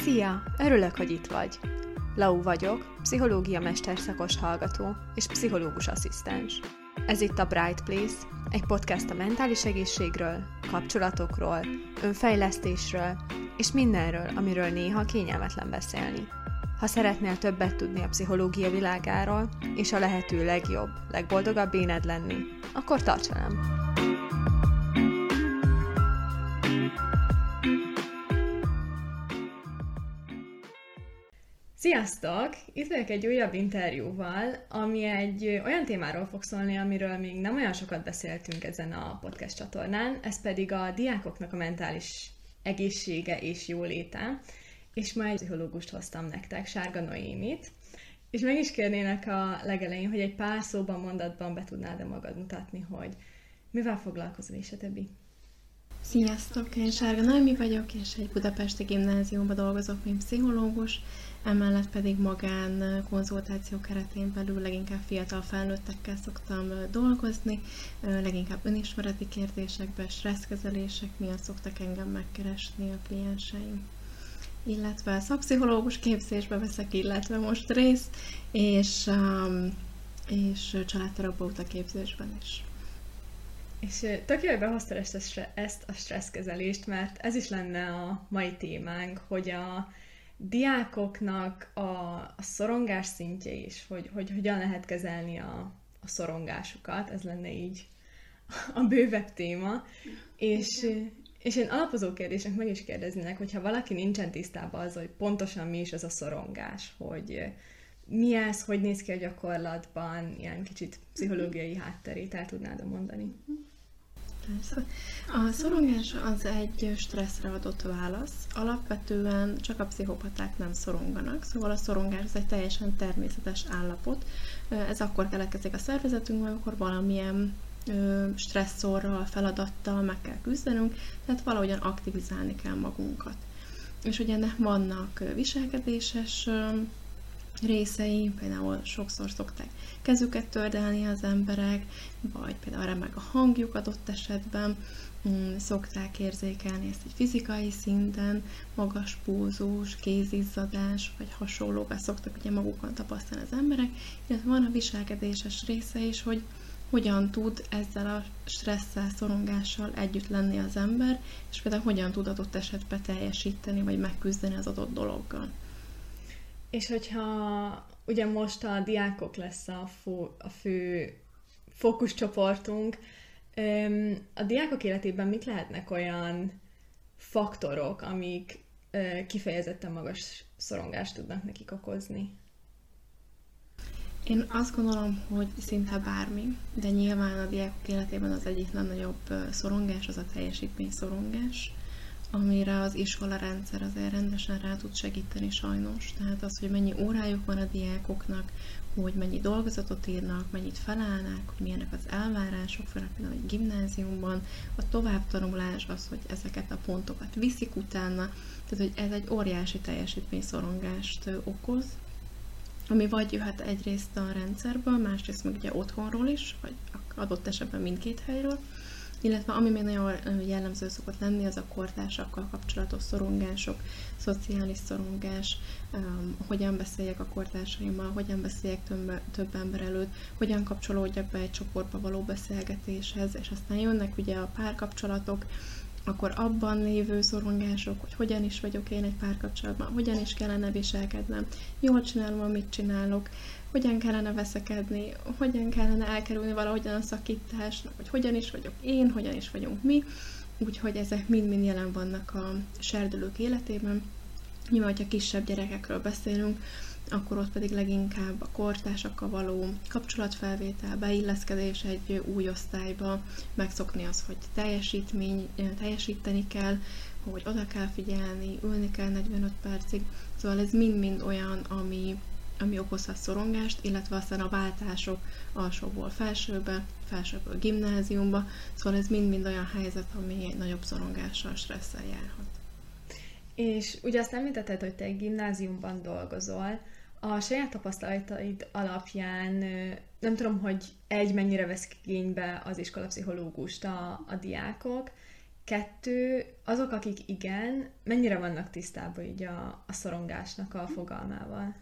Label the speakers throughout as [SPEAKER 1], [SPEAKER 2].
[SPEAKER 1] Szia! Örülök, hogy itt vagy. Lau vagyok, pszichológia mesterszakos hallgató és pszichológus asszisztens. Ez itt a Bright Place, egy podcast a mentális egészségről, kapcsolatokról, önfejlesztésről és mindenről, amiről néha kényelmetlen beszélni. Ha szeretnél többet tudni a pszichológia világáról, és a lehető legjobb, legboldogabb éned lenni, akkor tarts velem! Sziasztok! Itt vagyok egy újabb interjúval, ami egy olyan témáról fog szólni, amiről még nem olyan sokat beszéltünk ezen a podcast csatornán, ez pedig a diákoknak a mentális egészsége és jóléte. És ma egy pszichológust hoztam nektek, Sárga Noémit, és meg is kérnének a legelején, hogy egy pár szóban, mondatban be tudnád magad mutatni, hogy mivel foglalkozol és a többi.
[SPEAKER 2] Sziasztok! Én Sárga Noémi vagyok, és egy budapesti gimnáziumban dolgozok, mint pszichológus, emellett pedig magán konzultáció keretén belül leginkább fiatal felnőttekkel szoktam dolgozni, leginkább önismereti kérdésekben, stresszkezelések miatt szoktak engem megkeresni a klienseim. Illetve szakpszichológus képzésbe veszek, illetve most részt, és családterapeuta képzésben is.
[SPEAKER 1] És tök jó, hogy behoztad ezt a stresszkezelést, mert ez is lenne a mai témánk, hogy a diákoknak a szorongás szintje is, hogy hogyan lehet kezelni a szorongásukat, ez lenne így a bővebb téma. És én alapozó kérdésnek meg is kérdeznének, hogyha valaki nincsen tisztában az, hogy pontosan mi is az a szorongás, hogy mi ez, hogy néz ki a gyakorlatban, ilyen kicsit pszichológiai hátterét el tudnád mondani?
[SPEAKER 2] A szorongás az egy stresszre adott válasz. Alapvetően csak a pszichopaták nem szoronganak, szóval a szorongás az egy teljesen természetes állapot. Ez akkor keletkezik a szervezetünkben, amikor valamilyen stresszorral, feladattal meg kell küzdenünk, tehát valahogyan aktivizálni kell magunkat. És ugye ennek vannak viselkedéses részei, például sokszor szokták kezüket tördelni az emberek, vagy például remeg a hangjuk adott esetben, szokták érzékelni ezt egy fizikai szinten, magas pulzus, kézizzadás, vagy hasonlókat szoktak ugye magukon tapasztalni az emberek, illetve van a viselkedéses része is, hogy hogyan tud ezzel a stresszel, szorongással együtt lenni az ember, és például hogyan tud adott esetben teljesíteni, vagy megküzdeni az adott dologgal.
[SPEAKER 1] És hogyha ugye most a diákok lesz a fő fókuszcsoportunk, a diákok életében mik lehetnek olyan faktorok, amik kifejezetten magas szorongást tudnak nekik okozni?
[SPEAKER 2] Én azt gondolom, hogy szinte bármi, de nyilván a diákok életében az egyik legnagyobb szorongás az a teljesítményszorongás, amire az iskolarendszer azért rendesen rá tud segíteni sajnos. Tehát az, hogy mennyi órájuk van a diákoknak, hogy mennyi dolgozatot írnak, mennyit felállnak, hogy milyenek az elvárások, főleg például egy gimnáziumban, a továbbtanulás, az, hogy ezeket a pontokat viszik utána, tehát hogy ez egy óriási teljesítményszorongást okoz, ami vagy jöhet egyrészt a rendszerből, másrészt meg ugye otthonról is, vagy adott esetben mindkét helyről, illetve ami még nagyon jellemző szokott lenni, az a kortársakkal kapcsolatos szorongások, szociális szorongás, hogyan beszéljek a kortársaimmal, hogyan beszéljek több ember előtt, hogyan kapcsolódjak be egy csoportba való beszélgetéshez, és aztán jönnek ugye a párkapcsolatok, akkor abban lévő szorongások, hogy hogyan is vagyok én egy párkapcsolatban, hogyan is kellene viselkednem, jól csinálom, amit csinálok, hogyan kellene veszekedni, hogyan kellene elkerülni valahogyan a szakítást, hogy hogyan is vagyok én, hogyan is vagyunk mi, úgyhogy ezek mind-mind jelen vannak a serdülők életében. Nyilván, hogyha kisebb gyerekekről beszélünk, akkor ott pedig leginkább a kortársakkal való kapcsolatfelvétel, beilleszkedés egy új osztályba, megszokni az, hogy teljesíteni kell, hogy oda kell figyelni, ülni kell 45 percig, szóval ez mind-mind olyan, ami okozhat szorongást, illetve aztán a váltások alsóból felsőbe, felsőből gimnáziumba, szóval ez mind-mind olyan helyzet, ami nagyobb szorongással, stresszel járhat.
[SPEAKER 1] És ugye azt említetted, hogy te egy gimnáziumban dolgozol, a saját tapasztalataid alapján nem tudom, hogy mennyire vesz igénybe az iskolapszichológust a diákok, 2, azok, akik igen, mennyire vannak tisztában így a szorongásnak a fogalmával?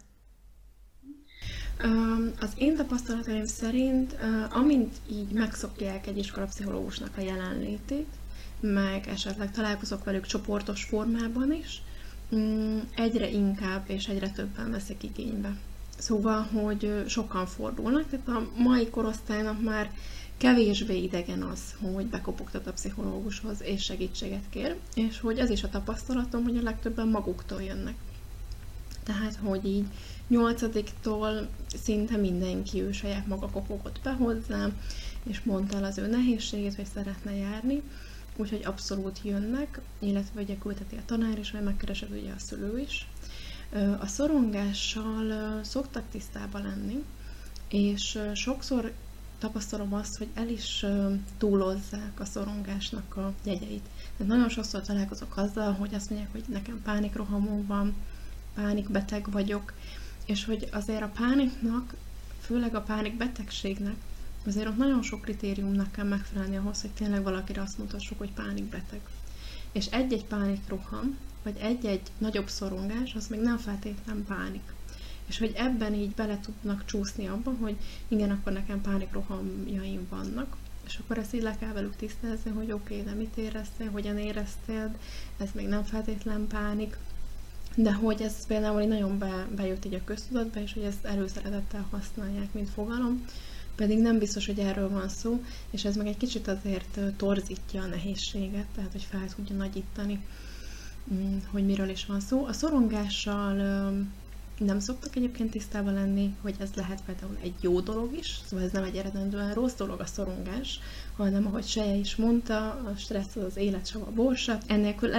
[SPEAKER 2] Az én tapasztalataim szerint, amint így megszokják egy iskolapszichológusnak a jelenlétét, meg esetleg találkozok velük csoportos formában is, egyre inkább és egyre többen veszik igénybe. Szóval, hogy sokan fordulnak, tehát a mai korosztálynak már kevésbé idegen az, hogy bekopogtat a pszichológushoz és segítséget kér, és hogy ez is a tapasztalatom, hogy a legtöbben maguktól jönnek. Tehát, hogy így 8-tól szinte mindenki ő saját maga kopogott be hozzám, és mondta el az ő nehézségét, hogy szeretne járni, úgyhogy abszolút jönnek, illetve ugye küldheti a tanár is, vagy megkeresed ugye a szülő is. A szorongással szoktak tisztában lenni, és sokszor tapasztalom azt, hogy el is túlozzák a szorongásnak a jegyeit. Tehát nagyon sokszor találkozok azzal, hogy azt mondják, hogy nekem pánikrohamom van, pánikbeteg vagyok, és hogy azért a pániknak, főleg a pánikbetegségnek, azért ott nagyon sok kritériumnak kell megfelelni ahhoz, hogy tényleg valakire azt mutassuk, hogy pánikbeteg. És egy-egy pánikroham, vagy egy-egy nagyobb szorongás, az még nem feltétlen pánik. És hogy ebben így bele tudnak csúszni abban, hogy igen, akkor nekem pánikrohamjaim vannak, és akkor ezt így le kell velük tisztázni, hogy oké, de mit éreztél, hogyan éreztél, ez még nem feltétlen pánik, de hogy ez például nagyon bejött így a köztudatba, és hogy ezt előszeretettel használják, mint fogalom, pedig nem biztos, hogy erről van szó, és ez meg egy kicsit azért torzítja a nehézséget, tehát hogy fel tudja nagyítani, hogy miről is van szó. A szorongással nem szoktak egyébként tisztában lenni, hogy ez lehet például egy jó dolog is, szóval ez nem egy eredendően rossz dolog a szorongás, hanem ahogy Seje is mondta, a stressz az életsava borsa, ennélkül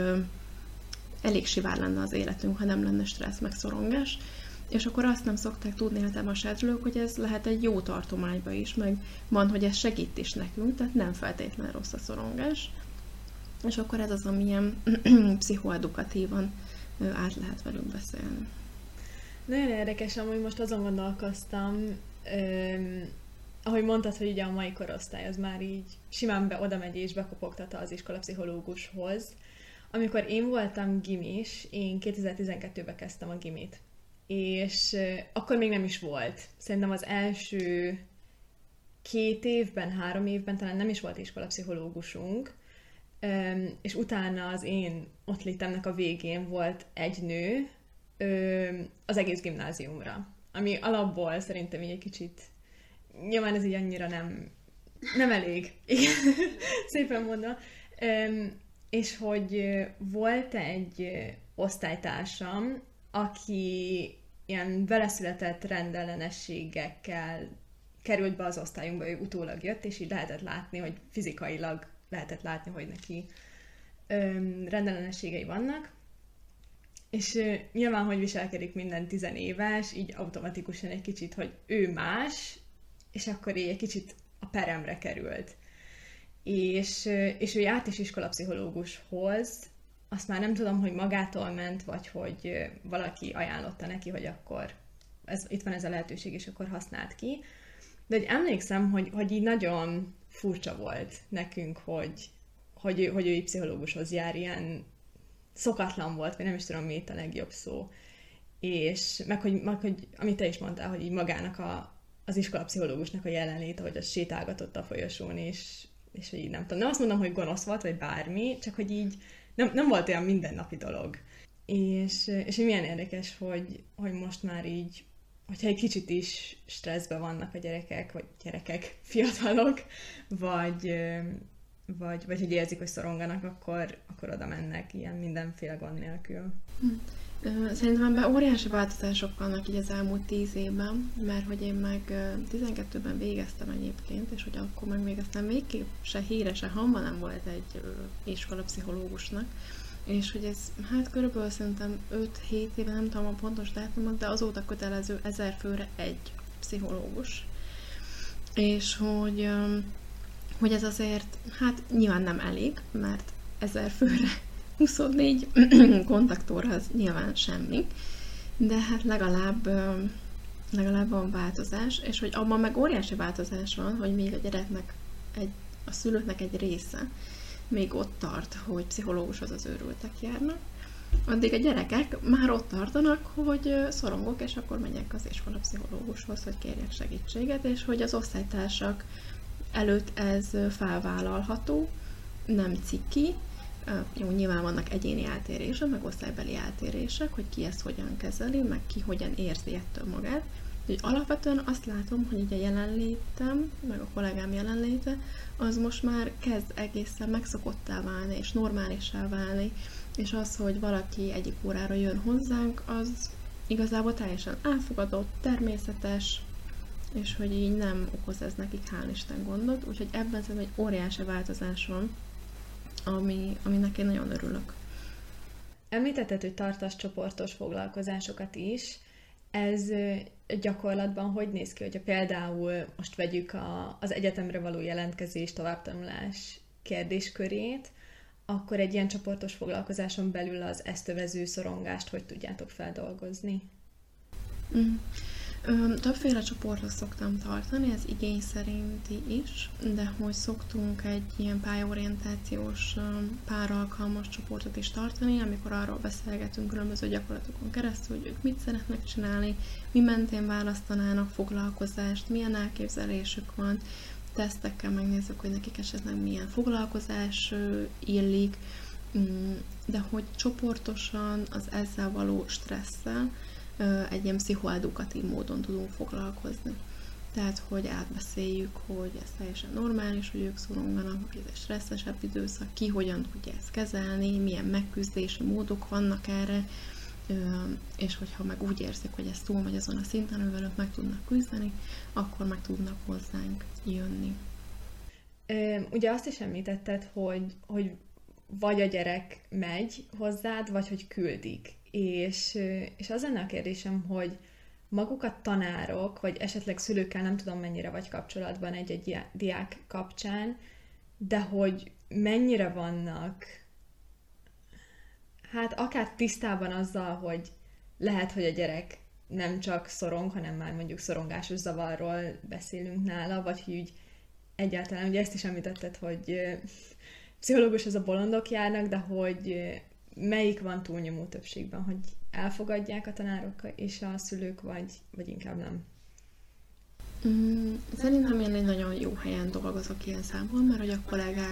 [SPEAKER 2] elég sivár lenne az életünk, ha nem lenne stressz meg szorongás, és akkor azt nem szokták tudni általában a serdülők, hogy ez lehet egy jó tartományba is, meg van, hogy ez segít is nekünk, tehát nem feltétlenül rossz a szorongás, és akkor ez az, amilyen pszichoedukatívan át lehet velünk beszélni.
[SPEAKER 1] Nagyon érdekes, amúgy most azon gondolkoztam, ahogy mondtad, hogy ugye a mai korosztály az már így simán oda megy és bekopogtatta az iskolapszichológushoz. Amikor én voltam gimis, én 2012-ben kezdtem a gimit, és akkor még nem is volt. Szerintem az első 2 évben, 3 évben talán nem is volt iskolapszichológusunk, és utána az én ott létemnek a végén volt egy nő az egész gimnáziumra, ami alapból szerintem így egy kicsit, nyilván ez így annyira nem elég, szépen mondva, és hogy volt egy osztálytársam, aki ilyen veleszületett rendellenességekkel került be az osztályunkba, ő utólag jött, és így lehetett látni, hogy fizikailag lehetett látni, hogy neki rendellenességei vannak. És nyilván, hogy viselkedik minden 10 éves, így automatikusan egy kicsit, hogy ő más, és akkor így egy kicsit a peremre került. És ő járt is iskolapszichológushoz, azt már nem tudom, hogy magától ment, vagy hogy valaki ajánlotta neki, hogy akkor itt van ez a lehetőség, és akkor használt ki. De hogy emlékszem, hogy így nagyon furcsa volt nekünk, hogy ő így pszichológushoz jár, ilyen szokatlan volt, vagy nem is tudom, mi itt a legjobb szó. És meg hogy amit te is mondtál, hogy így magának az iskolapszichológusnak a jelenléte, hogy az sétálgatott a folyosón, és hogy így nem tudom. Nem azt mondom, hogy gonosz volt, vagy bármi, csak hogy így nem volt olyan mindennapi dolog. És milyen érdekes, hogy most már így, hogyha egy kicsit is stresszben vannak a gyerekek, fiatalok, vagy hogy érzik, hogy szoronganak, akkor oda mennek ilyen mindenféle gond nélkül.
[SPEAKER 2] Szerintem ebben óriási változások vannak így az elmúlt 10 évben, mert hogy én meg 12-ben végeztem egyébként, és hogy akkor megvégeztem, végképp se híre, se hamba nem volt egy iskolapszichológusnak, és hogy ez hát körülbelül szerintem 5-7 éve, nem tudom a pontos dátumot, de azóta kötelező 1000 főre egy pszichológus. És hogy ez azért, hát nyilván nem elég, mert 1000 főre 24 kontaktóra az nyilván semmi, de hát legalább van változás, és hogy abban meg óriási változás van, hogy még a gyereknek, a szülőknek egy része még ott tart, hogy pszichológushoz az őrültek járnak, addig a gyerekek már ott tartanak, hogy szorongok, és akkor menjek az iskola pszichológushoz, hogy kérjek segítséget, és hogy az osztálytársak előtt ez felvállalható, nem ciki. Jó, nyilván vannak egyéni eltérések, meg osztálybeli eltérések, hogy ki ezt hogyan kezeli, meg ki hogyan érzi ettől magát. Úgyhogy alapvetően azt látom, hogy így a jelenlétem, meg a kollégám jelenléte, az most már kezd egészen megszokottá válni, és normálissá válni, és az, hogy valaki egyik órára jön hozzánk, az igazából teljesen elfogadott, természetes, és hogy így nem okoz ez nekik, hál' Isten, gondot. Úgyhogy ebben szerintem egy óriási változás van, aminek én nagyon örülök.
[SPEAKER 1] Említetted, hogy tartasz csoportos foglalkozásokat is. Ez gyakorlatban hogy néz ki, hogyha például most vegyük az egyetemre való jelentkezés, továbbtanulás kérdéskörét, akkor egy ilyen csoportos foglalkozáson belül az ezt övező szorongást hogy tudjátok feldolgozni?
[SPEAKER 2] Többféle csoportot szoktam tartani, ez igény szerinti is, de hogy szoktunk egy ilyen pályaorientációs, páralkalmas csoportot is tartani, amikor arról beszélgetünk különböző gyakorlatokon keresztül, hogy ők mit szeretnek csinálni, mi mentén választanának foglalkozást, milyen elképzelésük van, tesztekkel megnézzük, hogy nekik esetleg milyen foglalkozás illik, de hogy csoportosan az ezzel való stresszel egy ilyen pszichoedukatív módon tudunk foglalkozni. Tehát, hogy átbeszéljük, hogy ez teljesen normális, hogy ők szoronganak, hogy ez egy stresszesebb időszak, ki hogyan tudja ezt kezelni, milyen megküzdési módok vannak erre, és hogyha meg úgy érzik, hogy ez túl megy azon a szinten, amivel ők meg tudnak küzdeni, akkor meg tudnak hozzánk jönni.
[SPEAKER 1] Ugye azt is említetted, hogy vagy a gyerek megy hozzád, vagy hogy küldik. És az lenne a kérdésem, hogy maguk a tanárok, vagy esetleg szülőkkel, nem tudom mennyire vagy kapcsolatban egy diák kapcsán, de hogy mennyire vannak, hát akár tisztában azzal, hogy lehet, hogy a gyerek nem csak szorong, hanem már mondjuk szorongásos zavarról beszélünk nála, vagy hogy úgy egyáltalán, ugye ezt is említetted, hogy pszichológushoz a bolondok járnak, de hogy melyik van túlnyomó többségben, hogy elfogadják a tanárok és a szülők, vagy inkább nem?
[SPEAKER 2] Szerintem én egy nagyon jó helyen dolgozok ilyen számból, mert hogy a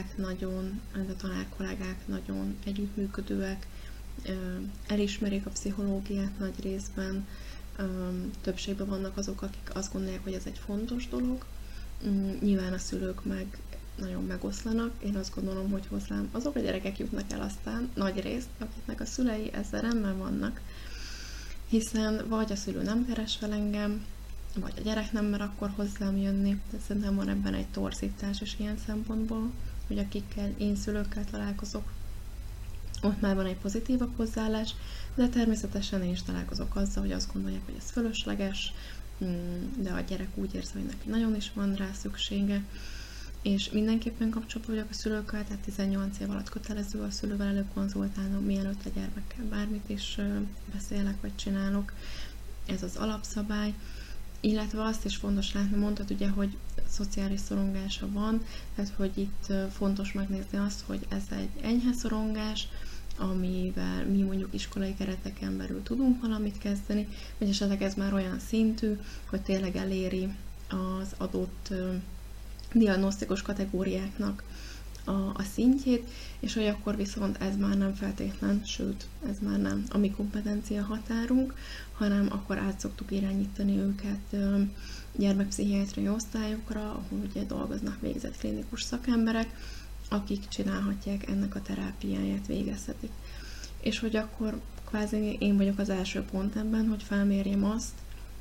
[SPEAKER 2] tanár kollégák nagyon együttműködőek, elismerik a pszichológiát nagy részben, többségben vannak azok, akik azt gondolják, hogy ez egy fontos dolog. Nyilván a szülők meg nagyon megoszlanak. Én azt gondolom, hogy hozzám azok a gyerekek jutnak el aztán nagy részt, akiknek a szülei ezzel rendben vannak, hiszen vagy a szülő nem keres fel engem, vagy a gyerek nem mer akkor hozzám jönni, de szerintem van ebben egy torzítás is ilyen szempontból, hogy akikkel én szülőkkel találkozok, ott már van egy pozitívabb hozzáállás, de természetesen én is találkozok azzal, hogy azt gondolják, hogy ez fölösleges, de a gyerek úgy érzi, hogy neki nagyon is van rá szüksége, és mindenképpen kapcsolatban vagyok a szülőkkel, tehát 18 év alatt kötelező a szülővel előkonzultálnom, mielőtt a gyermekkel bármit is beszélek vagy csinálok. Ez az alapszabály. Illetve azt is fontos látni, mondtad ugye, hogy szociális szorongása van, tehát hogy itt fontos megnézni azt, hogy ez egy enyhe szorongás, amivel mi mondjuk iskolai kereteken belül tudunk valamit kezdeni, vagy esetleg ez már olyan szintű, hogy tényleg eléri az adott diagnosztikus kategóriáknak a szintjét, és hogy akkor viszont ez már nem feltétlen, sőt, ez már nem a mi kompetencia határunk, hanem akkor át szoktuk irányítani őket gyermekpszichiátriai osztályokra, ahol ugye dolgoznak végzett klinikus szakemberek, akik csinálhatják ennek a terápiáját, végezhetik. És hogy akkor kvázi én vagyok az első pont ebben, hogy felmérjem azt,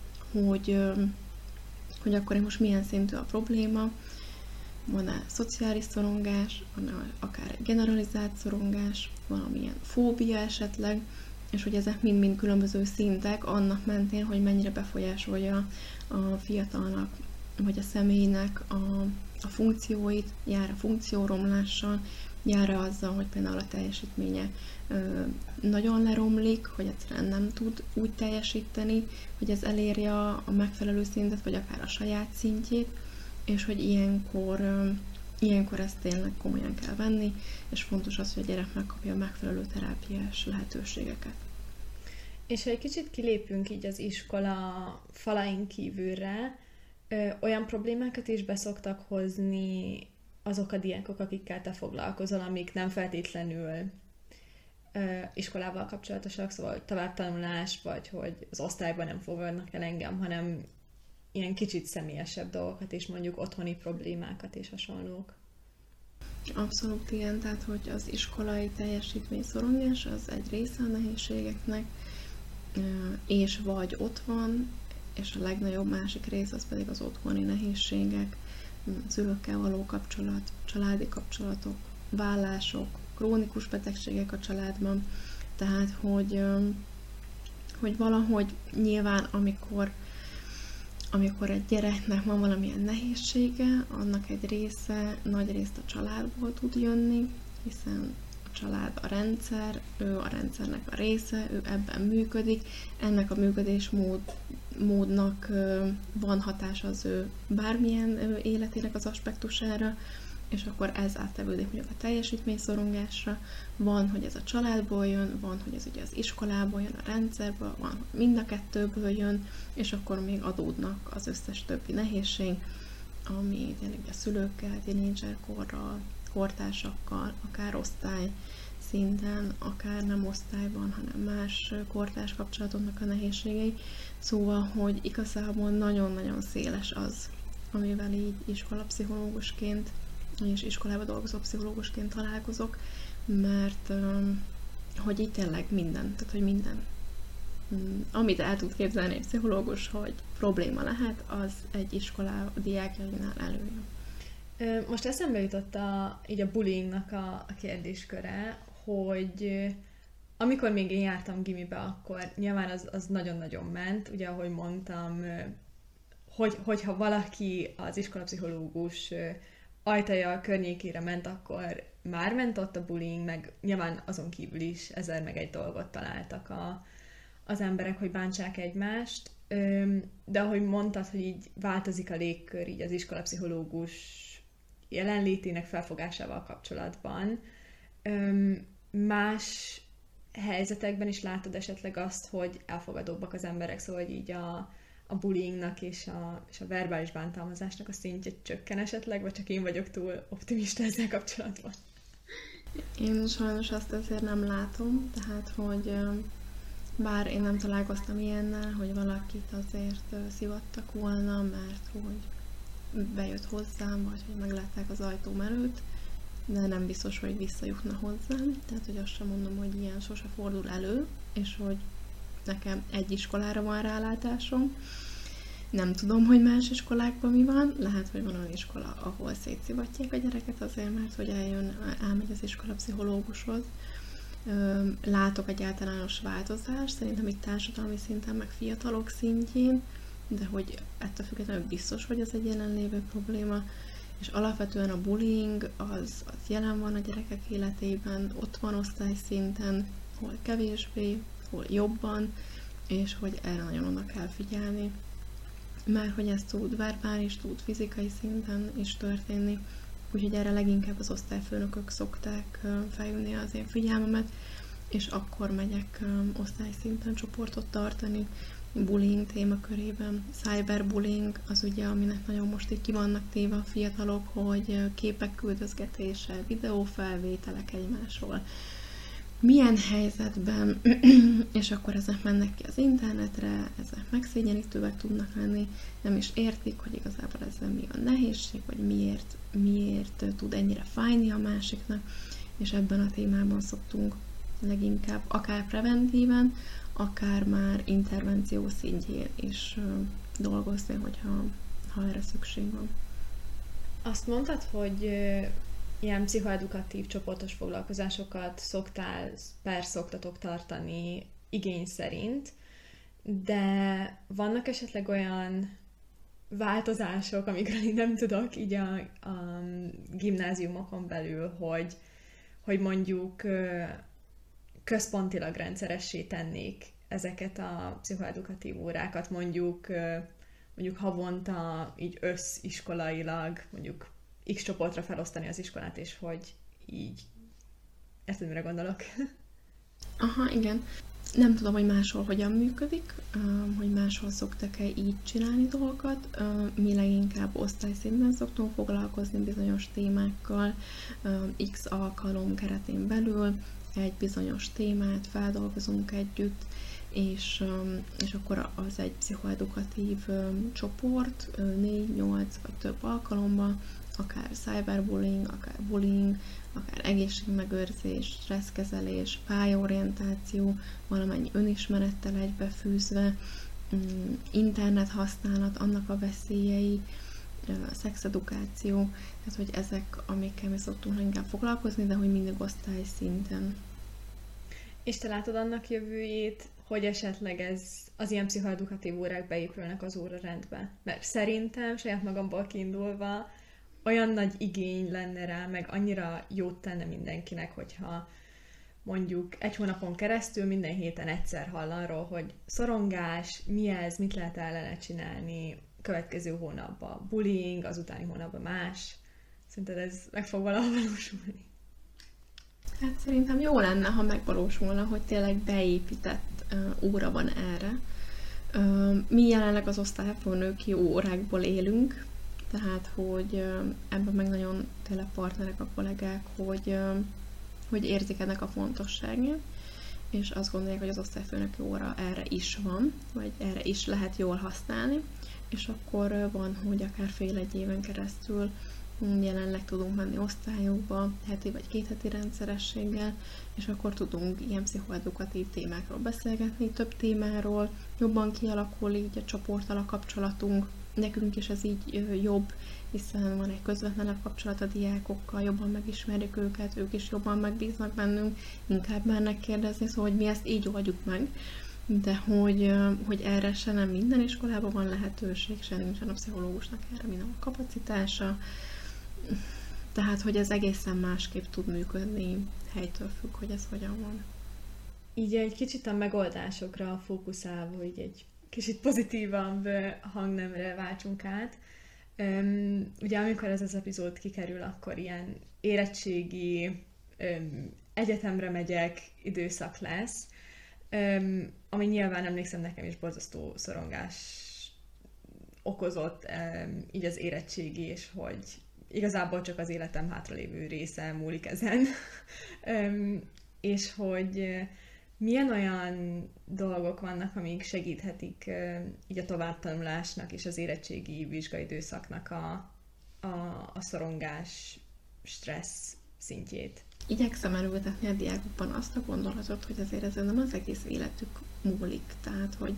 [SPEAKER 2] hogy akkor én most milyen szintű a probléma, van-e szociális szorongás, van-e akár egy generalizált szorongás, valamilyen fóbia esetleg, és hogy ezek mind-mind különböző szintek annak mentén, hogy mennyire befolyásolja a fiatalnak, vagy a személynek a funkcióit, jár a funkcióromlással, jár azzal, hogy például a teljesítménye nagyon leromlik, hogy egyszerűen nem tud úgy teljesíteni, hogy ez elérje a megfelelő szintet, vagy akár a saját szintjét, és hogy ilyenkor Ilyenkor ezt tényleg komolyan kell venni, és fontos az, hogy a gyerek megkapja a megfelelő terápiás lehetőségeket.
[SPEAKER 1] És ha egy kicsit kilépünk így az iskola falain kívülre, olyan problémákat is beszoktak hozni azok a diákok, akikkel te foglalkozol, amik nem feltétlenül iskolával kapcsolatosak, szóval továbbtanulás, vagy hogy az osztályban nem fogadnak el engem, hanem ilyen kicsit személyesebb dolgokat is, mondjuk otthoni problémákat és hasonlók.
[SPEAKER 2] Abszolút igen, tehát hogy az iskolai teljesítményszorongás az egy része a nehézségeknek, és vagy ott van, és a legnagyobb másik rész az pedig az otthoni nehézségek, szülőkkel való kapcsolat, családi kapcsolatok, vállások, krónikus betegségek a családban, tehát hogy valahogy nyilván amikor egy gyereknek van valamilyen nehézsége, annak egy része, nagy részt a családból tud jönni, hiszen a család a rendszer, ő a rendszernek a része, ő ebben működik, ennek a működésmódnak van hatása az ő bármilyen életének az aspektusára, és akkor ez áttevődik mondjuk a teljesítményszorongásra, van, hogy ez a családból jön, van, hogy ez ugye az iskolából jön, a rendszerből, van, hogy mind a kettőből jön, és akkor még adódnak az összes többi nehézség, ami tényleg a szülőkkel, tínédzserkorral, kortársakkal, akár osztály szinten, akár nem osztályban, hanem más kortárs kapcsolatoknak a nehézségei. Szóval, hogy igazából nagyon-nagyon széles az, amivel így iskolapszichológusként és iskolában dolgozó pszichológusként találkozok, mert hogy itt tényleg minden, tehát hogy minden, amit el tud képzelni egy pszichológus, hogy probléma lehet, az egy iskola diákjainál előjön.
[SPEAKER 1] Most eszembe jutott így a bullyingnak a kérdésköre, hogy amikor még én jártam gimibe, akkor nyilván az nagyon-nagyon ment, ugye ahogy mondtam, hogyha valaki az iskolapszichológus ajtaja környékére ment, akkor már ment ott a bullying, meg nyilván azon kívül is 1000 meg egy dolgot találtak az emberek, hogy bántsák egymást, de ahogy mondtad, hogy így változik a légkör így az iskolapszichológus jelenlétének felfogásával kapcsolatban. Más helyzetekben is látod esetleg azt, hogy elfogadóbbak az emberek, szóval hogy így a bullyingnak és a verbális bántalmazásnak a szintje csökken esetleg, vagy csak én vagyok túl optimista ezzel kapcsolatban?
[SPEAKER 2] Én sajnos azt azért nem látom, tehát hogy bár én nem találkoztam ilyennel, hogy valakit azért szivattak volna, mert hogy bejött hozzám, vagy hogy meglátták az ajtóm előtt, de nem biztos, hogy visszajutna hozzám, tehát hogy azt sem mondom, hogy ilyen sose fordul elő, és hogy nekem egy iskolára van rálátásom. Nem tudom, hogy más iskolákban mi van. Lehet, hogy van olyan iskola, ahol szétszivatják a gyereket azért, mert hogy elmegy az iskola pszichológushoz. Látok egy általános változást, szerintem itt társadalmi szinten, meg fiatalok szintjén, de hogy ettől függetlenül biztos, hogy ez egy jelenlévő probléma, és alapvetően a bullying az jelen van a gyerekek életében, ott van osztályszinten, hol kevésbé, hol jobban, és hogy erre nagyon oda kell figyelni. Mert hogy ez tud verbális, tud fizikai szinten is történni, úgyhogy erre leginkább az osztályfőnökök szokták felhívni az én figyelmemet, és akkor megyek osztályszinten csoportot tartani, bullying témakörében. Cyberbullying az ugye, aminek nagyon most így ki vannak téve a fiatalok, hogy képek küldözgetése, videófelvételek egymásról, milyen helyzetben, és akkor ezek mennek ki az internetre, ezek megszégyenítőek tudnak lenni, nem is értik, hogy igazából ezzel mi a nehézség, vagy miért tud ennyire fájni a másiknak, és ebben a témában szoktunk leginkább akár preventíven, akár már intervenció szintjén is dolgozni, ha erre szükség van.
[SPEAKER 1] Azt mondtad, hogy ilyen pszichoedukatív csoportos foglalkozásokat szoktatok tartani igény szerint, de vannak esetleg olyan változások, amikről én nem tudok így a gimnáziumokon belül, hogy mondjuk központilag rendszeressé tennék ezeket a pszichoedukatív órákat, mondjuk havonta így össziskolailag, mondjuk X csoportra felosztani az iskolát, és hogy így, ezt mire gondolok.
[SPEAKER 2] Aha, igen. Nem tudom, hogy máshol hogyan működik, hogy máshol szoktak-e így csinálni dolgokat. Mi leginkább osztályszinten szoktunk foglalkozni bizonyos témákkal, X alkalom keretén belül egy bizonyos témát feldolgozunk együtt, és akkor az egy pszichoedukatív csoport, 4-8 vagy több alkalommal, akár cyberbullying, akár bullying, akár egészségmegőrzés, stresszkezelés, pályaorientáció, valamennyi önismerettel egybefűzve, internet használat, annak a veszélyei, szexedukáció, tehát hogy ezek, amikkel mi szoktunk inkább foglalkozni, de hogy mindig osztályszinten.
[SPEAKER 1] És te látod annak jövőjét, hogy esetleg ez az ilyen pszichoedukatív órák beépülnek az órarendbe? Mert szerintem, saját magamból kiindulva, olyan nagy igény lenne rá, meg annyira jót tenne mindenkinek, hogyha mondjuk egy hónapon keresztül minden héten egyszer hall arról, hogy szorongás, mi ez, mit lehet ellene csinálni, következő hónapban bullying, az utáni hónapban más. Szerinted ez meg fog valahol valósulni?
[SPEAKER 2] Hát szerintem jó lenne, ha megvalósulna, hogy tényleg beépített óra van erre. Mi jelenleg az osztályfőnöki órákból élünk, tehát, hogy ebben meg nagyon tényleg partnerek a kollégák, hogy érzik ennek a fontosságát, és azt gondolják, hogy az osztályfőnöki óra erre is van, vagy erre is lehet jól használni, és akkor van, hogy akár fél-egy éven keresztül jelenleg tudunk menni osztályokba, heti vagy 2 heti rendszerességgel, és akkor tudunk ilyen pszichoedukatív témákról beszélgetni, több témáról, jobban kialakul így a csoporttal a kapcsolatunk, nekünk is ez így jobb, hiszen van egy közvetlenebb kapcsolat a diákokkal, jobban megismerjük őket, ők is jobban megbíznak bennünk, inkább mernek kérdezni, szóval hogy mi ezt így oldjuk meg, de hogy erre se nem minden iskolában van lehetőség, se nincsen a pszichológusnak erre minden a kapacitása, tehát hogy ez egészen másképp tud működni, helytől függ, hogy ez hogyan van.
[SPEAKER 1] Így egy kicsit a megoldásokra fókuszálva, hogy egy kicsit pozitívabb hangnemre váltsunk át. Ugye amikor ez az epizód kikerül, akkor ilyen érettségi, egyetemre megyek időszak lesz, ami nyilván emlékszem nekem is borzasztó szorongás okozott így az érettségi, és hogy igazából csak az életem hátralévő része múlik ezen. És hogy milyen olyan dolgok vannak, amik segíthetik így a továbbtanulásnak és az érettségi vizsgaidőszaknak a szorongás, stressz szintjét?
[SPEAKER 2] Igyekszem elültetni a diákokban azt a gondolatot, hogy azért ez nem az egész életük múlik, tehát hogy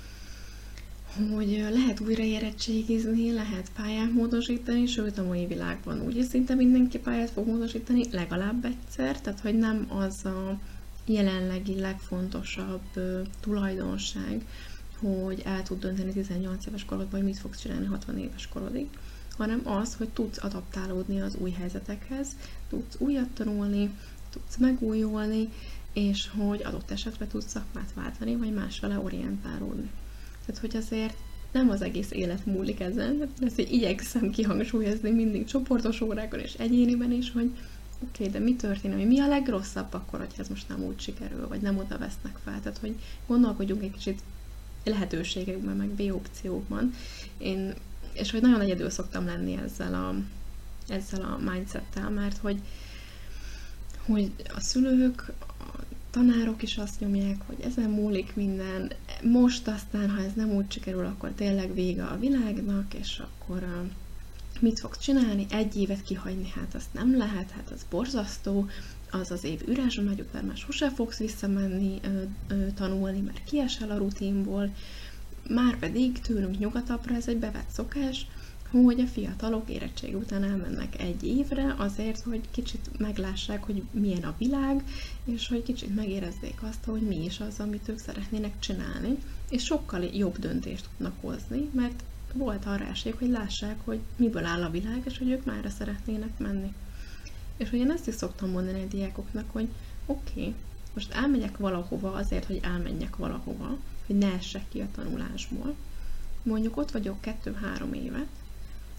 [SPEAKER 2] lehet újra érettségizni, lehet pályát módosítani, sőt a mai világban úgyis szinte mindenki pályát fog módosítani legalább egyszer, tehát hogy nem az a jelenlegi legfontosabb tulajdonság, hogy el tud dönteni 18 éves korodban, hogy mit fogsz csinálni 60 éves korodig, hanem az, hogy tudsz adaptálódni az új helyzetekhez, tudsz újat tanulni, tudsz megújulni, és hogy adott esetben tudsz szakmát váltani, vagy másfele orientálódni. Tehát, hogy azért nem az egész élet múlik ezen, ezt igyekszem kihangsúlyozni mindig csoportos órákon és egyéniben is, hogy oké, de mi történik, mi a legrosszabb akkor, hogy ez most nem úgy sikerül, vagy nem oda vesznek fel. Tehát, hogy gondolkodjunk egy kicsit lehetőségekben, meg B-opciókban. És hogy nagyon egyedül szoktam lenni ezzel a mindsettel, mert hogy a szülők, a tanárok is azt nyomják, hogy ezen múlik minden, most aztán, ha ez nem úgy sikerül, akkor tényleg vége a világnak, és akkor mit fogsz csinálni? 1 évet kihagyni, hát azt nem lehet, hát az borzasztó, az év üres, megy, utána már sose fogsz visszamenni tanulni, mert kiesel a rutinból. Márpedig tőlünk nyugatabbra ez egy bevett szokás, hogy a fiatalok érettség után elmennek 1 évre azért, hogy kicsit meglássák, hogy milyen a világ, és hogy kicsit megérezzék azt, hogy mi is az, amit ők szeretnének csinálni, és sokkal jobb döntést tudnak hozni, mert volt arra esély, hogy lássák, hogy miből áll a világ, és hogy ők mára szeretnének menni. És hogy én ezt is szoktam mondani a diákoknak, hogy oké, most elmegyek valahova azért, hogy elmenjek valahova, hogy ne essek ki a tanulásból. Mondjuk ott vagyok 2-3 évet,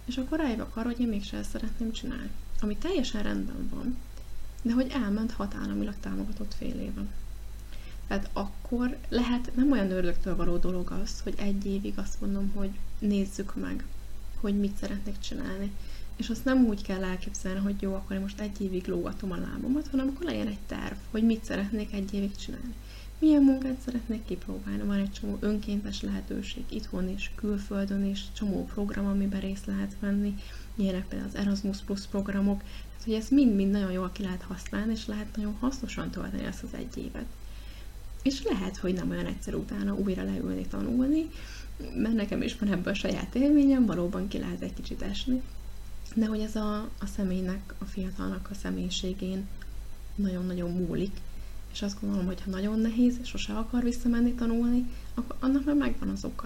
[SPEAKER 2] és akkor rájövök arra, hogy én mégsem ezt szeretném csinálni. Ami teljesen rendben van, de hogy elment 6 államilag támogatott fél éven. Tehát akkor lehet nem olyan ördögtől való dolog az, hogy 1 évig azt mondom, hogy nézzük meg, hogy mit szeretnék csinálni. És azt nem úgy kell elképzelni, hogy jó, akkor én most 1 évig lógatom a lábamat, hanem akkor legyen egy terv, hogy mit szeretnék 1 évig csinálni. Milyen munkát szeretnék kipróbálni. Van egy csomó önkéntes lehetőség itthon is, külföldön is, csomó program, amiben részt lehet venni, ilyenek például az Erasmus Plus programok, tehát hogy ezt mind-mind nagyon jól ki lehet használni, és lehet nagyon hasznosan tölteni ezt az 1 évet. És lehet, hogy nem olyan egyszerű utána újra leülni, tanulni, mert nekem is van ebből a saját élményem, valóban ki lehet egy kicsit esni, de hogy ez a személynek, a fiatalnak a személyiségén nagyon-nagyon múlik, és azt gondolom, hogy ha nagyon nehéz, és sose akar visszamenni tanulni, akkor annak már megvan az oka.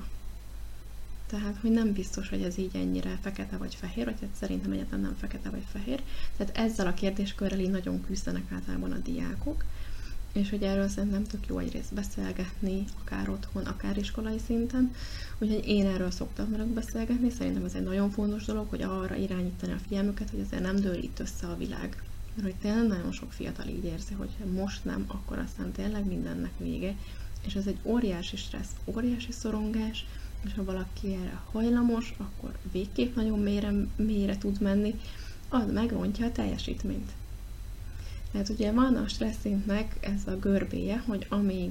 [SPEAKER 2] Tehát, hogy nem biztos, hogy ez így ennyire fekete vagy fehér, vagy hát szerintem egyáltalán nem fekete vagy fehér. Tehát ezzel a kérdéskörrel így nagyon küzdenek általában a diákok, és hogy erről szerintem tök jó egyrészt beszélgetni, akár otthon, akár iskolai szinten. Úgyhogy én erről szoktam velük beszélgetni, szerintem ez egy nagyon fontos dolog, hogy arra irányítani a figyelmüket, hogy azért nem dől itt össze a világ. Mert hogy tényleg nagyon sok fiatal így érzi, hogy most nem, akkor aztán tényleg mindennek vége. És ez egy óriási stressz, óriási szorongás, és ha valaki erre hajlamos, akkor végképp nagyon mélyre tud menni, az megrontja a teljesítményt. Tehát ugye van a stressz szintnek ez a görbéje, hogy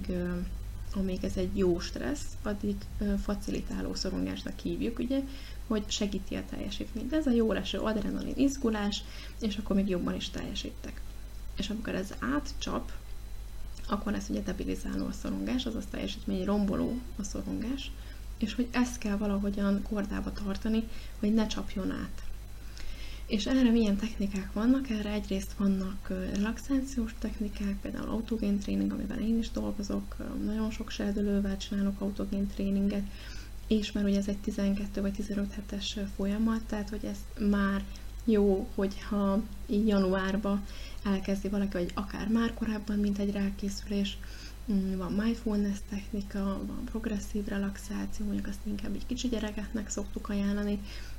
[SPEAKER 2] amíg ez egy jó stressz, addig facilitáló szorongásnak hívjuk, ugye, hogy segíti a teljesítményt. Ez a jó leső adrenalin izgulás, és akkor még jobban is teljesítek. És amikor ez átcsap, akkor lesz ugye debilizáló a szorongás, azaz teljesítmény romboló a szorongás, és hogy ezt kell valahogyan kordába tartani, hogy ne csapjon át. És erre milyen technikák vannak? Erre egyrészt vannak relaxációs technikák, például autogén tréning, amiben én is dolgozok, nagyon sok serdülővel csinálok autogén tréninget, és mert ugye ez egy 12 vagy 15 hetes folyamat, tehát hogy ez már jó, hogyha így januárban elkezdi valaki, vagy akár már korábban, mint egy rákészülés. Van mindfulness technika, van progresszív relaxáció, mondjuk azt inkább egy kicsi gyerekeknek szoktuk ajánlani,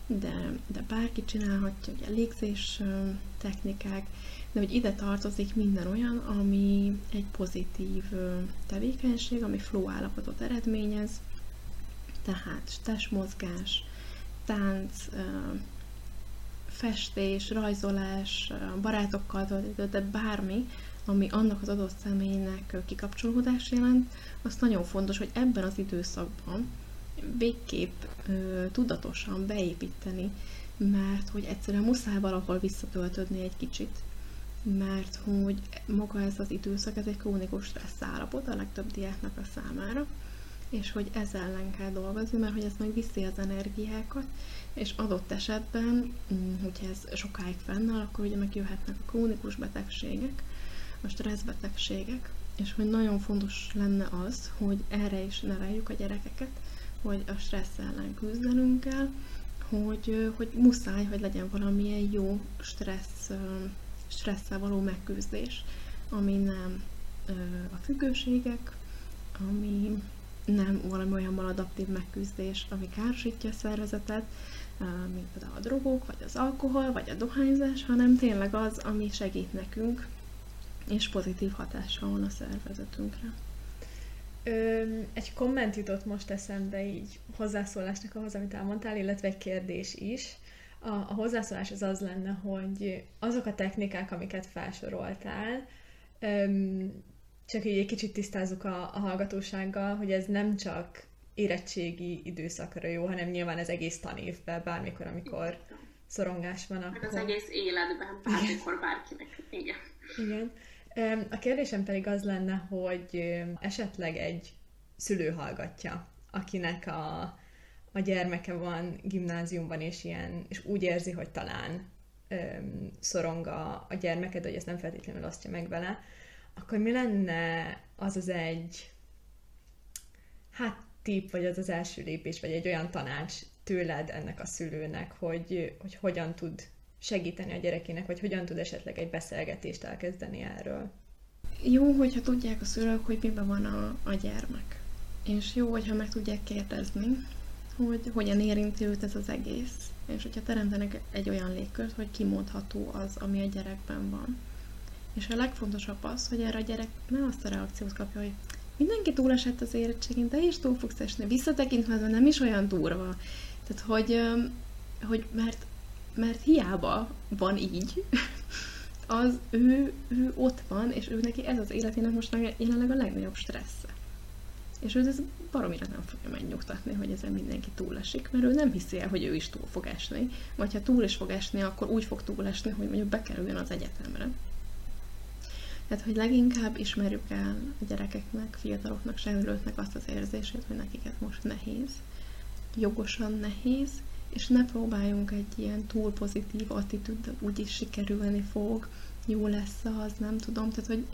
[SPEAKER 2] de bárki csinálhatja, ugye légzés technikák, de hogy ide tartozik minden olyan, ami egy pozitív tevékenység, ami flow állapotot eredményez, tehát testmozgás, tánc, festés, rajzolás, barátokkal töltött, de bármi, ami annak az adott személynek kikapcsolódás jelent, az nagyon fontos, hogy ebben az időszakban végképp tudatosan beépíteni, mert hogy egyszerűen muszáj valahol visszatöltődni egy kicsit, mert hogy maga ez az időszak, ez egy krónikus stressz állapot a legtöbb diáknak a számára, és hogy ezzel ellen kell dolgozni, mert hogy ez meg viszi az energiákat, és adott esetben, hogyha ez sokáig fennáll, akkor ugye megjöhetnek a krónikus betegségek, a stresszbetegségek, és hogy nagyon fontos lenne az, hogy erre is neveljük a gyerekeket, hogy a stressz ellen küzdenünk kell, hogy muszáj, hogy legyen valamilyen jó stresszel való megküzdés, ami nem a függőségek, ami nem valami olyan maladaptív megküzdés, ami károsítja a szervezetet, mint például a drogok, vagy az alkohol, vagy a dohányzás, hanem tényleg az, ami segít nekünk, és pozitív hatással van a szervezetünkre.
[SPEAKER 1] Egy komment jutott most eszembe így hozzászólásnak ahhoz, amit elmondtál, illetve egy kérdés is. A hozzászólás az lenne, hogy azok a technikák, amiket felsoroltál, csak így egy kicsit tisztázzuk a hallgatósággal, hogy ez nem csak érettségi időszakra jó, hanem nyilván ez egész tanévben, bármikor, amikor szorongás van, akkor...
[SPEAKER 3] Meg az egész életben, bármikor bárkinek. Igen.
[SPEAKER 1] Igen. A kérdésem pedig az lenne, hogy esetleg egy szülő hallgatja, akinek a gyermeke van gimnáziumban, és úgy érzi, hogy talán szorong a gyermeked, hogy ezt nem feltétlenül osztja meg vele, akkor mi lenne az egy tipp, vagy az első lépés, vagy egy olyan tanács tőled ennek a szülőnek, hogy hogyan tud segíteni a gyerekének, vagy hogyan tud esetleg egy beszélgetést elkezdeni erről?
[SPEAKER 2] Jó, hogyha tudják a szülők, hogy miben van a gyermek. És jó, hogyha meg tudják kérdezni, hogy hogyan érinti őt ez az egész. És hogyha teremtenek egy olyan légkört, hogy kimondható az, ami a gyerekben van. És a legfontosabb az, hogy erre a gyerek ne azt a reakciót kapja, hogy mindenki túlesett az érettségén, te is túl fogsz esni, visszatekintve nem is olyan durva. Tehát, hogy mert hiába van így, az ő ott van, és ő neki ez az életének most jelenleg a legnagyobb stressze. És ő ez baromira nem fogja megnyugtatni, hogy ezen mindenki túlesik, mert ő nem hiszi el, hogy ő is túl fog esni, vagy ha túl is fog esni, akkor úgy fog túlesni, hogy mondjuk bekerüljön az egyetemre. Tehát, hogy leginkább ismerjük el a gyerekeknek, fiataloknak, serdülőknek azt az érzését, hogy nekik ez most nehéz, jogosan nehéz, és ne próbáljunk egy ilyen túl pozitív attitűddel, úgyis sikerülni fog, jó lesz az, nem tudom, tehát, hogy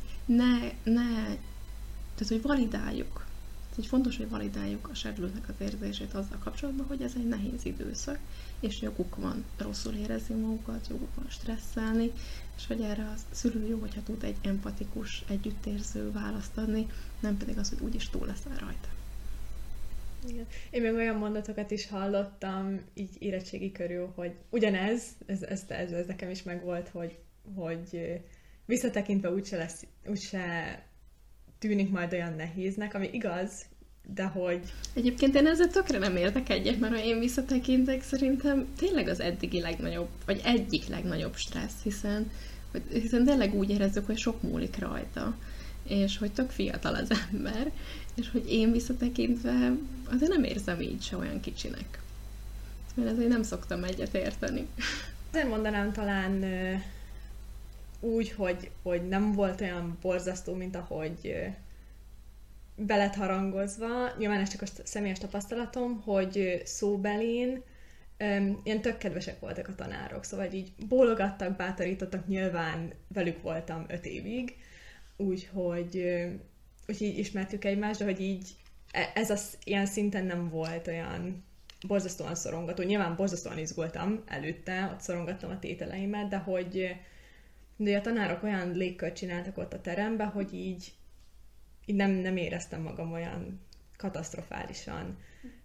[SPEAKER 2] tehát, hogy validáljuk. Tehát, fontos, hogy validáljuk a serdülőknek az érzését azzal kapcsolatban, hogy ez egy nehéz időszak, és joguk van rosszul érezni magukat, joguk van stresszelni, és hogy erre a szülő jó, hogyha tud egy empatikus, együttérző választ adni, nem pedig az, hogy úgyis túl leszel rajta.
[SPEAKER 1] Igen. Én még olyan mondatokat is hallottam így érettségi körül, hogy ugyanez, ez nekem is megvolt, hogy visszatekintve úgyse tűnik majd olyan nehéznek, ami igaz, de hogy...
[SPEAKER 2] Egyébként én ezzel tökre nem értek egyet, mert ha én visszatekintek, szerintem tényleg az eddigi legnagyobb, vagy egyik legnagyobb stressz, hiszen tényleg úgy érezzük, hogy sok múlik rajta, és hogy tök fiatal az ember, és hogy én visszatekintve azért nem érzem így se olyan kicsinek. Mert ezért nem szoktam egyet érteni.
[SPEAKER 1] Azért mondanám talán úgy, hogy nem volt olyan borzasztó, mint ahogy be lett harangozva. Nyilván ez csak a személyes tapasztalatom, hogy szóbelén ilyen tök kedvesek voltak a tanárok, szóval így bólogattak, bátorítottak, nyilván velük voltam 5 évig, úgyhogy így ismertük egymást, de hogy így ez az ilyen szinten nem volt olyan borzasztóan szorongató. Nyilván borzasztóan izgultam előtte, ott szorongattam a tételeimet, de hogy a tanárok olyan légkört csináltak ott a teremben, hogy így nem éreztem magam olyan katasztrofálisan.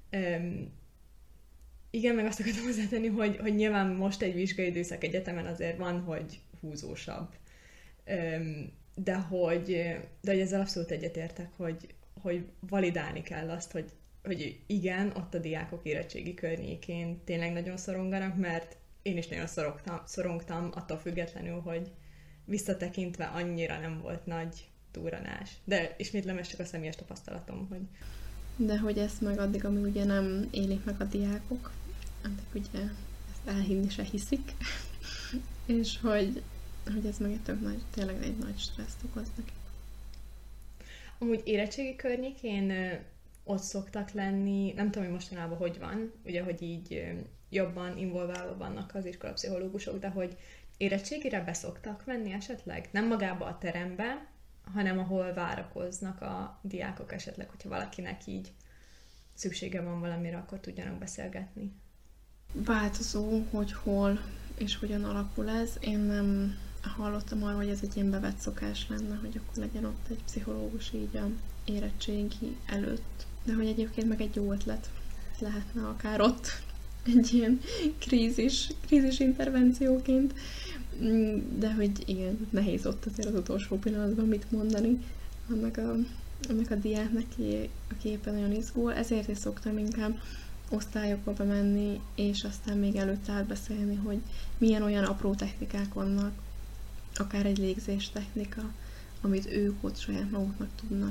[SPEAKER 1] Igen, meg azt akartam hozzátenni, hogy nyilván most egy vizsgai időszak egyetemen azért van, hogy húzósabb. De hogy ezzel abszolút egyetértek, hogy validálni kell azt, hogy igen, ott a diákok érettségi környékén tényleg nagyon szoronganak, mert én is nagyon szorongtam, attól függetlenül, hogy visszatekintve annyira nem volt nagy durranás. De ismétlem, ez csak a személyes tapasztalatom, hogy...
[SPEAKER 2] De hogy ezt meg addig, amíg ugye nem élik meg a diákok, addig ugye ezt elhinni se hiszik, és hogy ez meg tényleg egy nagy stresszt okoz neki.
[SPEAKER 1] Amúgy érettségi környékén ott szoktak lenni, nem tudom, hogy mostanában hogy van, ugye, hogy így jobban involválva vannak az iskolapszichológusok, de hogy érettségire beszoktak venni esetleg? Nem magába a terembe, hanem ahol várakoznak a diákok esetleg, hogyha valakinek így szüksége van valamire, akkor tudjanak beszélgetni.
[SPEAKER 2] Változó, hogy hol és hogyan alakul ez. Én nem hallottam arról, hogy ez egy ilyen bevett szokás lenne, hogy akkor legyen ott egy pszichológus így a érettségi előtt. De hogy egyébként meg egy jó ötlet lehetne akár ott egy ilyen krízis intervencióként. De hogy igen, nehéz ott azért az utolsó pillanatban mit mondani annak a diáknak, aki éppen nagyon izgul. Ezért is szoktam inkább osztályokba bemenni, és aztán még előtte átbeszélni, hogy milyen olyan apró technikák vannak, akár egy légzés technika, amit ők ott saját maguknak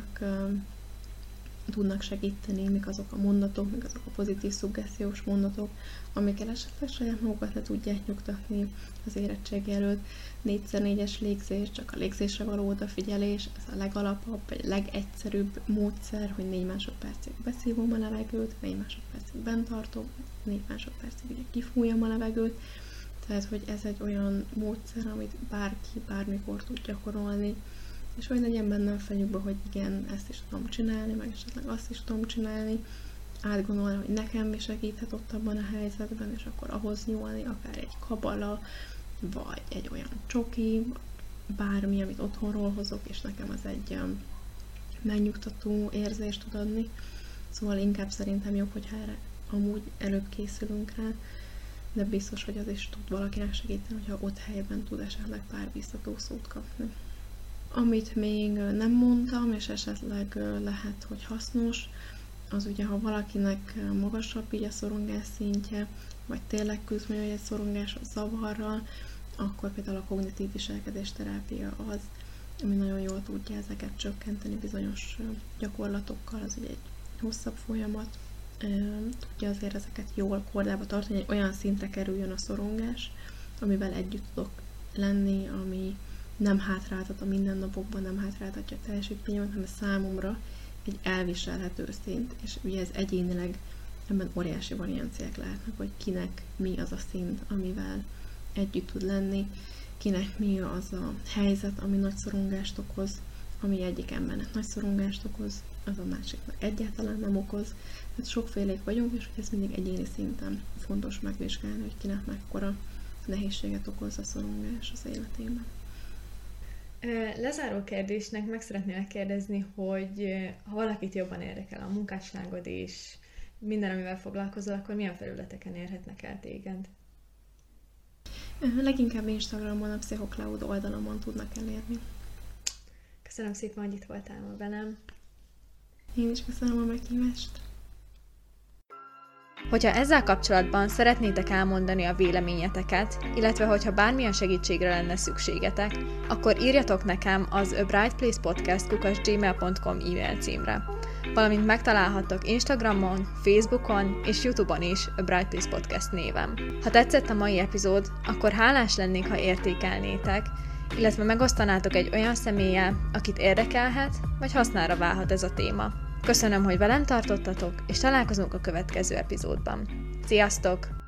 [SPEAKER 2] tudnak segíteni, mik azok a mondatok, mik azok a pozitív szuggesztiós mondatok, amikkel esetleg saját magukat le tudják nyugtatni az érettségi előtt. 4x4-es légzés, csak a légzésre való odafigyelés, ez a legalapabb, vagy legegyszerűbb módszer, hogy 4 másodpercig beszívom a levegőt, 4 másodpercig bent tartom, 4 másodpercig ugye kifújom a levegőt. Tehát, hogy ez egy olyan módszer, amit bárki bármikor tud gyakorolni, és hogy legyen benne a fejükbe, hogy igen, ezt is tudom csinálni, meg esetleg azt is tudom csinálni, átgondolni, hogy nekem mi segíthet ott abban a helyzetben, és akkor ahhoz nyúlni, akár egy kabala, vagy egy olyan csoki, bármi, amit otthonról hozok, és nekem az egy megnyugtató érzést tud adni. Szóval inkább szerintem jobb, hogyha erre amúgy előbb készülünk rá, de biztos, hogy az is tud valakinek segíteni, hogyha ott helyben tud esetleg pár biztató szót kapni. Amit még nem mondtam, és esetleg lehet, hogy hasznos, az ugye, ha valakinek magasabb így a szorongás szintje, vagy tényleg küzd mondjuk egy szorongás zavarral, akkor például a kognitív viselkedésterápia az, ami nagyon jól tudja ezeket csökkenteni bizonyos gyakorlatokkal, az ugye egy hosszabb folyamat, tudja azért ezeket jól kordába tartani, hogy olyan szintre kerüljön a szorongás, amivel együtt tudok lenni, ami nem hátráltat a mindennapokban, nem hátráltatja a teljesítményemet, hanem számomra egy elviselhető szint, és ugye ez egyénileg ebben óriási varianciák lehetnek, hogy kinek mi az a szint, amivel együtt tud lenni, kinek mi az a helyzet, ami nagy szorongást okoz, ami egyik embernek nagy szorongást okoz, az a másiknak egyáltalán nem okoz. Tehát sokfélék vagyunk, és ez mindig egyéni szinten fontos megvizsgálni, hogy kinek mekkora nehézséget okoz a szorongás az életében.
[SPEAKER 1] Lezáró kérdésnek meg szeretnélek kérdezni, hogy ha valakit jobban érdekel a munkásságod és minden, amivel foglalkozol, akkor milyen felületeken érhetnek el téged?
[SPEAKER 2] Leginkább Instagramon, a Pszichokláud oldalamon tudnak elérni.
[SPEAKER 1] Köszönöm szépen, hogy itt voltál ma velem.
[SPEAKER 2] Én is köszönöm a meghívást.
[SPEAKER 1] Hogyha ezzel kapcsolatban szeretnétek elmondani a véleményeteket, illetve hogyha bármilyen segítségre lenne szükségetek, akkor írjatok nekem az abrightplacepodcast@gmail.com e-mail címre. Valamint megtalálhattok Instagramon, Facebookon és YouTube-on is a Bright Place Podcast néven. Ha tetszett a mai epizód, akkor hálás lennék, ha értékelnétek, illetve megosztanátok egy olyan személlyel, akit érdekelhet, vagy hasznára válhat ez a téma. Köszönöm, hogy velem tartottatok, és találkozunk a következő epizódban. Sziasztok!